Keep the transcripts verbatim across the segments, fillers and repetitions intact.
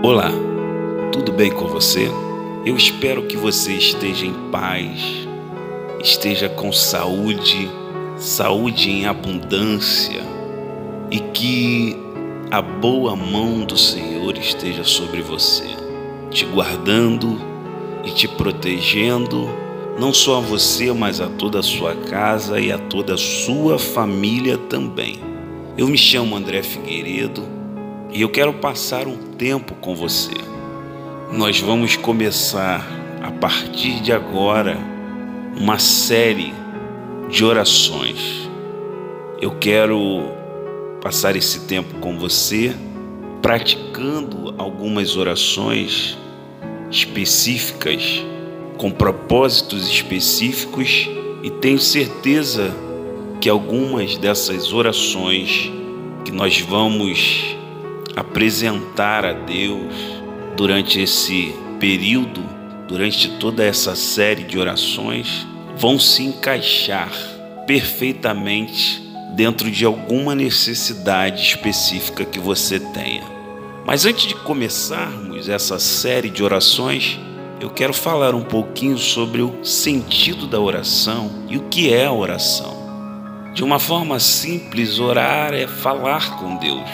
Olá, tudo bem com você? Eu espero que você esteja em paz, esteja com saúde, saúde em abundância e que a boa mão do Senhor esteja sobre você, te guardando e te protegendo, não só a você, mas a toda a sua casa e a toda a sua família também. Eu me chamo André Figueiredo e eu quero passar um tempo com você. Nós vamos começar, a partir de agora, uma série de orações. Eu quero passar esse tempo com você, praticando algumas orações específicas, com propósitos específicos, e tenho certeza que algumas dessas orações que nós vamos apresentar a Deus durante esse período, durante toda essa série de orações, vão se encaixar perfeitamente dentro de alguma necessidade específica que você tenha. Mas antes de começarmos essa série de orações, eu quero falar um pouquinho sobre o sentido da oração e o que é a oração. De uma forma simples, orar é falar com Deus.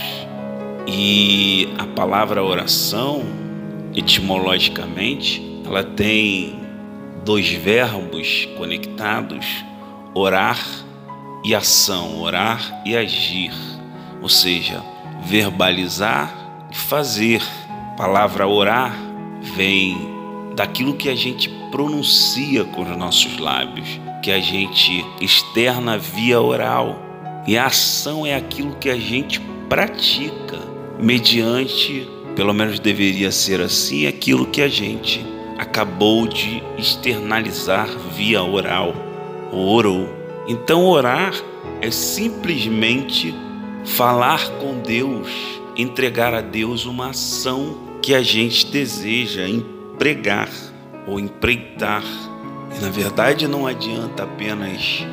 E a palavra oração, etimologicamente, ela tem dois verbos conectados: orar e ação, orar e agir, ou seja, verbalizar e fazer. A palavra orar vem daquilo que a gente pronuncia com os nossos lábios, que a gente externa via oral, e a ação é aquilo que a gente pratica mediante, pelo menos deveria ser assim, aquilo que a gente acabou de externalizar via oral, orou. Então orar é simplesmente falar com Deus, entregar a Deus uma ação que a gente deseja empregar ou empreitar. E na verdade não adianta apenas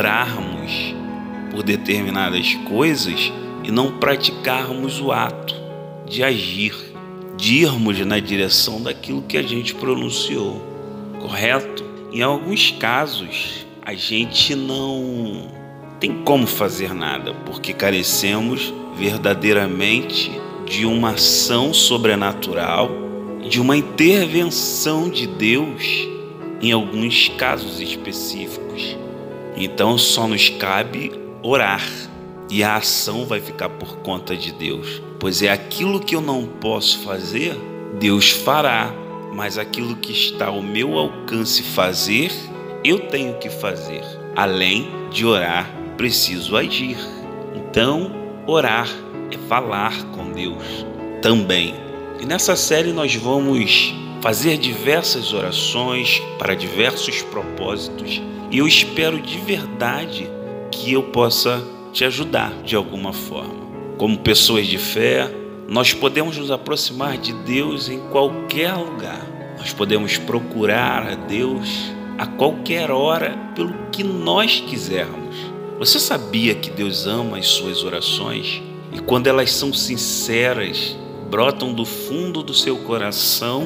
orarmos por determinadas coisas e não praticarmos o ato de agir, de irmos na direção daquilo que a gente pronunciou, correto? Em alguns casos, a gente não tem como fazer nada, porque carecemos verdadeiramente de uma ação sobrenatural, de uma intervenção de Deus em alguns casos específicos. Então só nos cabe orar, e a ação vai ficar por conta de Deus, pois é aquilo que eu não posso fazer, Deus fará, mas aquilo que está ao meu alcance fazer, eu tenho que fazer. Além de orar, preciso agir. Então, orar é falar com Deus também. E nessa série nós vamos fazer diversas orações para diversos propósitos, e eu espero de verdade que eu possa te ajudar de alguma forma. Como pessoas de fé, nós podemos nos aproximar de Deus em qualquer lugar. Nós podemos procurar a Deus a qualquer hora pelo que nós quisermos. Você sabia que Deus ama as suas orações? E quando elas são sinceras, brotam do fundo do seu coração,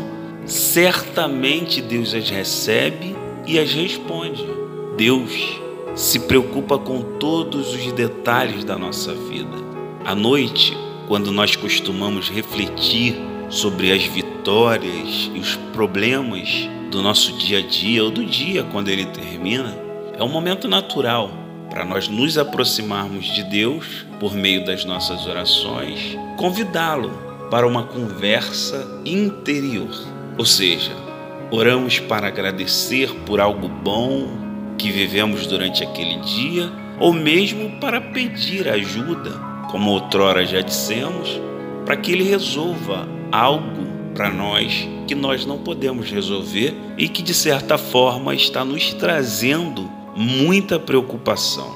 certamente Deus as recebe e as responde. Deus se preocupa com todos os detalhes da nossa vida. À noite, quando nós costumamos refletir sobre as vitórias e os problemas do nosso dia a dia, ou do dia quando ele termina, é um momento natural para nós nos aproximarmos de Deus por meio das nossas orações, convidá-lo para uma conversa interior. Ou seja, oramos para agradecer por algo bom que vivemos durante aquele dia, ou mesmo para pedir ajuda, como outrora já dissemos, para que Ele resolva algo para nós que nós não podemos resolver e que de certa forma está nos trazendo muita preocupação.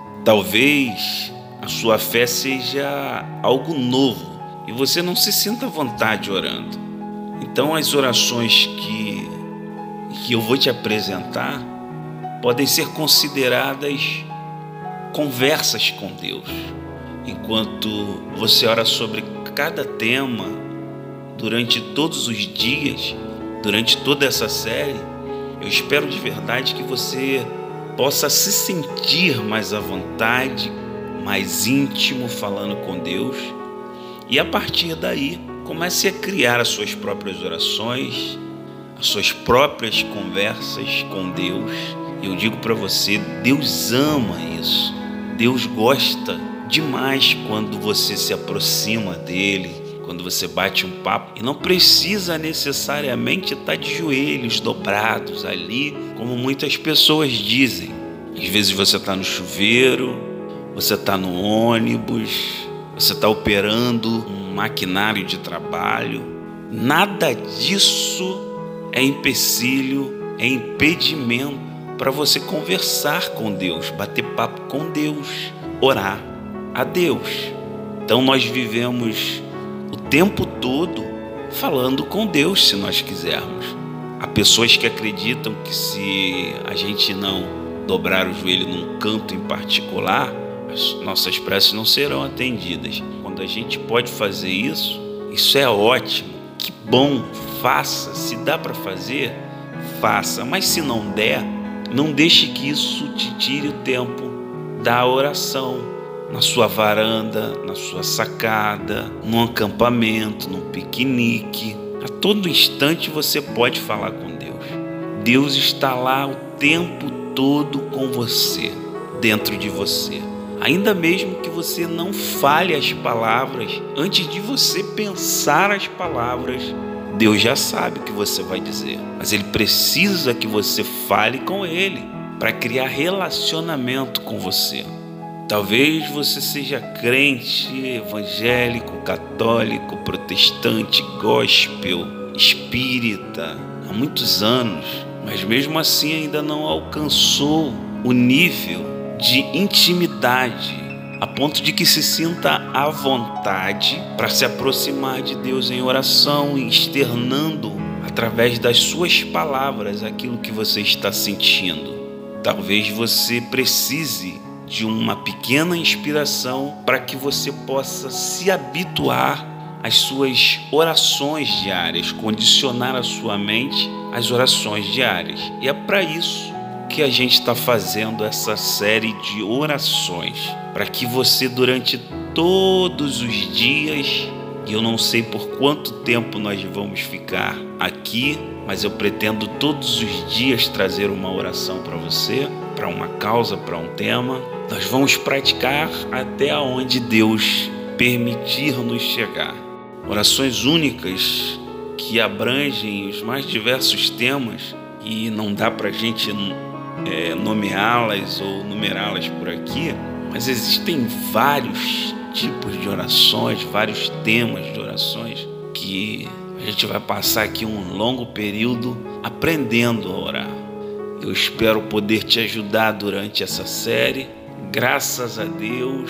Talvez a sua fé seja algo novo e você não se sinta à vontade orando. Então as orações que, que eu vou te apresentar podem ser consideradas conversas com Deus. Enquanto você ora sobre cada tema durante todos os dias, durante toda essa série, eu espero de verdade que você possa se sentir mais à vontade, mais íntimo falando com Deus, e a partir daí comece a criar as suas próprias orações, as suas próprias conversas com Deus. Eu digo para você, Deus ama isso. Deus gosta demais quando você se aproxima dele, quando você bate um papo, e não precisa necessariamente estar de joelhos dobrados ali, como muitas pessoas dizem. Às vezes você está no chuveiro, você está no ônibus, você está operando um maquinário de trabalho. Nada disso é empecilho, é impedimento para você conversar com Deus, bater papo com Deus, orar a Deus. Então nós vivemos o tempo todo falando com Deus, se nós quisermos. Há pessoas que acreditam que se a gente não dobrar o joelho num canto em particular, as nossas preces não serão atendidas. Quando a gente pode fazer isso, isso é ótimo, que bom, faça. Se dá para fazer, faça, mas se não der, não deixe que isso te tire o tempo da oração, na sua varanda, na sua sacada, num acampamento, num piquenique. A todo instante você pode falar com Deus. Deus está lá o tempo todo com você, dentro de você. Ainda mesmo que você não fale as palavras, antes de você pensar as palavras, Deus já sabe o que você vai dizer. Mas Ele precisa que você fale com Ele para criar relacionamento com você. Talvez você seja crente, evangélico, católico, protestante, gospel, espírita há muitos anos, mas mesmo assim ainda não alcançou o nível de intimidade a ponto de que se sinta à vontade para se aproximar de Deus em oração e externando através das suas palavras aquilo que você está sentindo. Talvez você precise de uma pequena inspiração para que você possa se habituar às suas orações diárias, condicionar a sua mente às orações diárias. E é para isso que a gente está fazendo essa série de orações, para que você durante todos os dias, e eu não sei por quanto tempo nós vamos ficar aqui, mas eu pretendo todos os dias trazer uma oração para você, para uma causa, para um tema. Nós vamos praticar até onde Deus permitir-nos chegar. Orações únicas que abrangem os mais diversos temas e não dá para a gente é, nomeá-las ou numerá-las por aqui, mas existem vários tipos de orações, vários temas de orações que a gente vai passar aqui um longo período aprendendo a orar. Eu espero poder te ajudar durante essa série. Graças a Deus,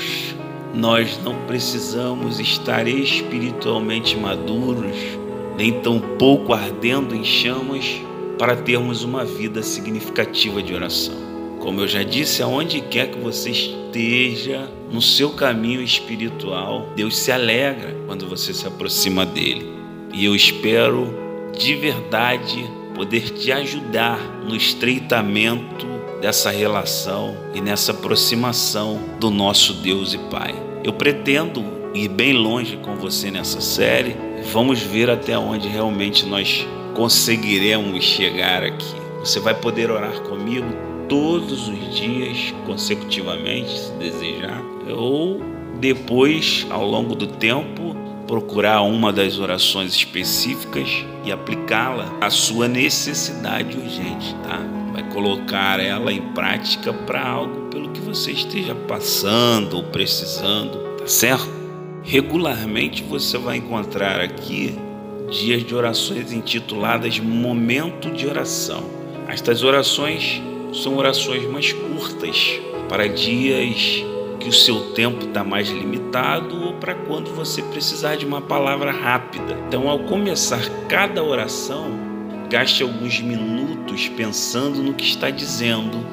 nós não precisamos estar espiritualmente maduros, nem tampouco ardendo em chamas, para termos uma vida significativa de oração. Como eu já disse, aonde quer que você esteja no seu caminho espiritual, Deus se alegra quando você se aproxima dele. E eu espero de verdade poder te ajudar no estreitamento dessa relação e nessa aproximação do nosso Deus e Pai. Eu pretendo ir bem longe com você nessa série. Vamos ver até onde realmente nós conseguiremos chegar aqui. Você vai poder orar comigo todos os dias consecutivamente, se desejar, ou depois, ao longo do tempo, procurar uma das orações específicas e aplicá-la à sua necessidade urgente, tá? Vai colocar ela em prática para algo pelo que você esteja passando ou precisando, tá certo? Regularmente você vai encontrar aqui dias de orações intituladas Momento de Oração. Estas orações são orações mais curtas, para dias que o seu tempo está mais limitado ou para quando você precisar de uma palavra rápida. Então, ao começar cada oração, gaste alguns minutos pensando no que está dizendo.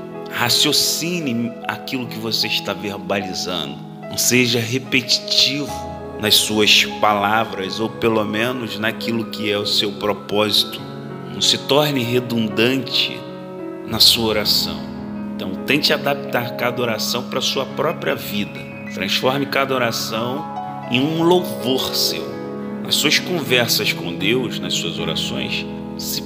Raciocine aquilo que você está verbalizando. Não seja repetitivo nas suas palavras, ou pelo menos naquilo que é o seu propósito. Não se torne redundante na sua oração. Então tente adaptar cada oração para a sua própria vida. Transforme cada oração em um louvor seu. Nas suas conversas com Deus, nas suas orações, se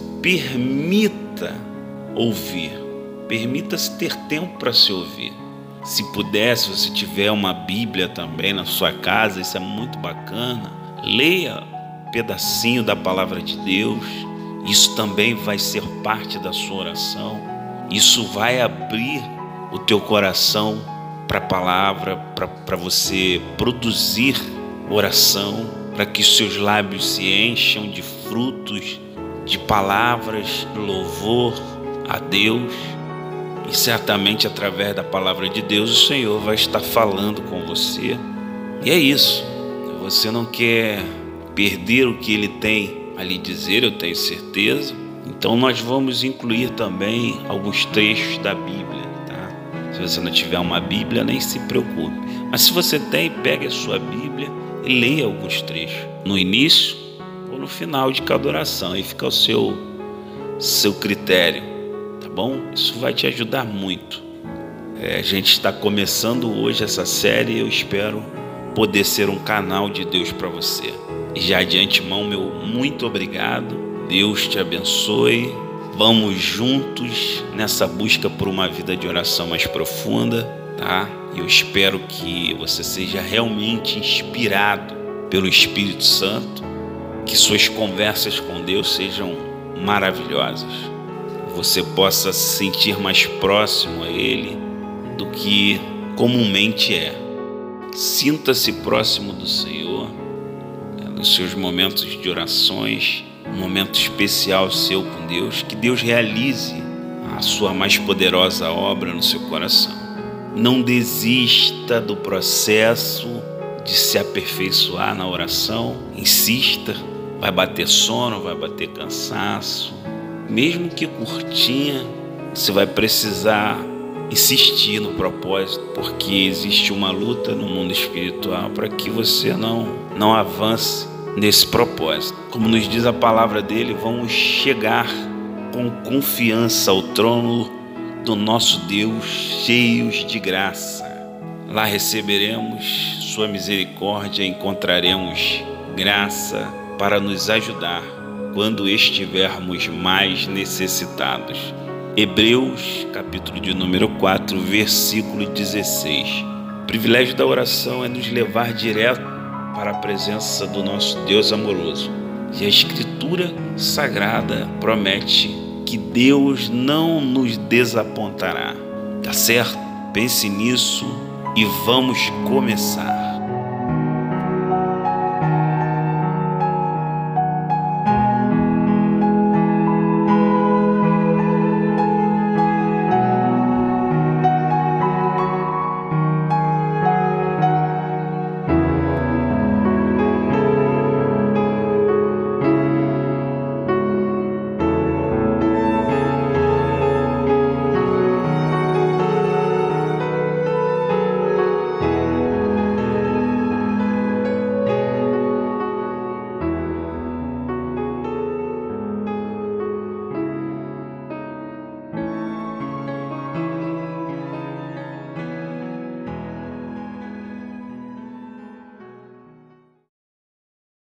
permita ouvir. Permita-se ter tempo para se ouvir. Se puder, se você tiver uma Bíblia também na sua casa, isso é muito bacana. Leia um pedacinho da palavra de Deus. Isso também vai ser parte da sua oração. Isso vai abrir o teu coração para a palavra, para você produzir oração, para que os seus lábios se encham de frutos, de palavras, de louvor a Deus. E certamente através da palavra de Deus o Senhor vai estar falando com você. E é isso. Você não quer perder o que Ele tem a lhe dizer, eu tenho certeza. Então nós vamos incluir também alguns trechos da Bíblia, tá? Se você não tiver uma Bíblia, nem se preocupe. Mas se você tem, pegue a sua Bíblia e leia alguns trechos, no início ou no final de cada oração. Aí fica ao seu, seu critério, tá bom? Isso vai te ajudar muito. É, a gente está começando hoje essa série e eu espero poder ser um canal de Deus para você. E já de antemão, meu muito obrigado. Deus te abençoe. Vamos juntos nessa busca por uma vida de oração mais profunda, tá? Eu espero que você seja realmente inspirado pelo Espírito Santo, que suas conversas com Deus sejam maravilhosas, você possa se sentir mais próximo a Ele do que comumente é. Sinta-se próximo do Senhor, nos seus momentos de orações, um momento especial seu com Deus, que Deus realize a sua mais poderosa obra no seu coração. Não desista do processo de se aperfeiçoar na oração, insista. Vai bater sono, vai bater cansaço, mesmo que curtinha, você vai precisar insistir no propósito, porque existe uma luta no mundo espiritual para que você não, não avance nesse propósito. Como nos diz a palavra dele, vamos chegar com confiança ao trono do nosso Deus, cheios de graça. Lá receberemos sua misericórdia, encontraremos graça para nos ajudar quando estivermos mais necessitados. Hebreus, capítulo de número quatro, versículo dezesseis. O privilégio da oração é nos levar direto para a presença do nosso Deus amoroso. E a Escritura Sagrada promete que Deus não nos desapontará. Tá certo? Pense nisso e vamos começar.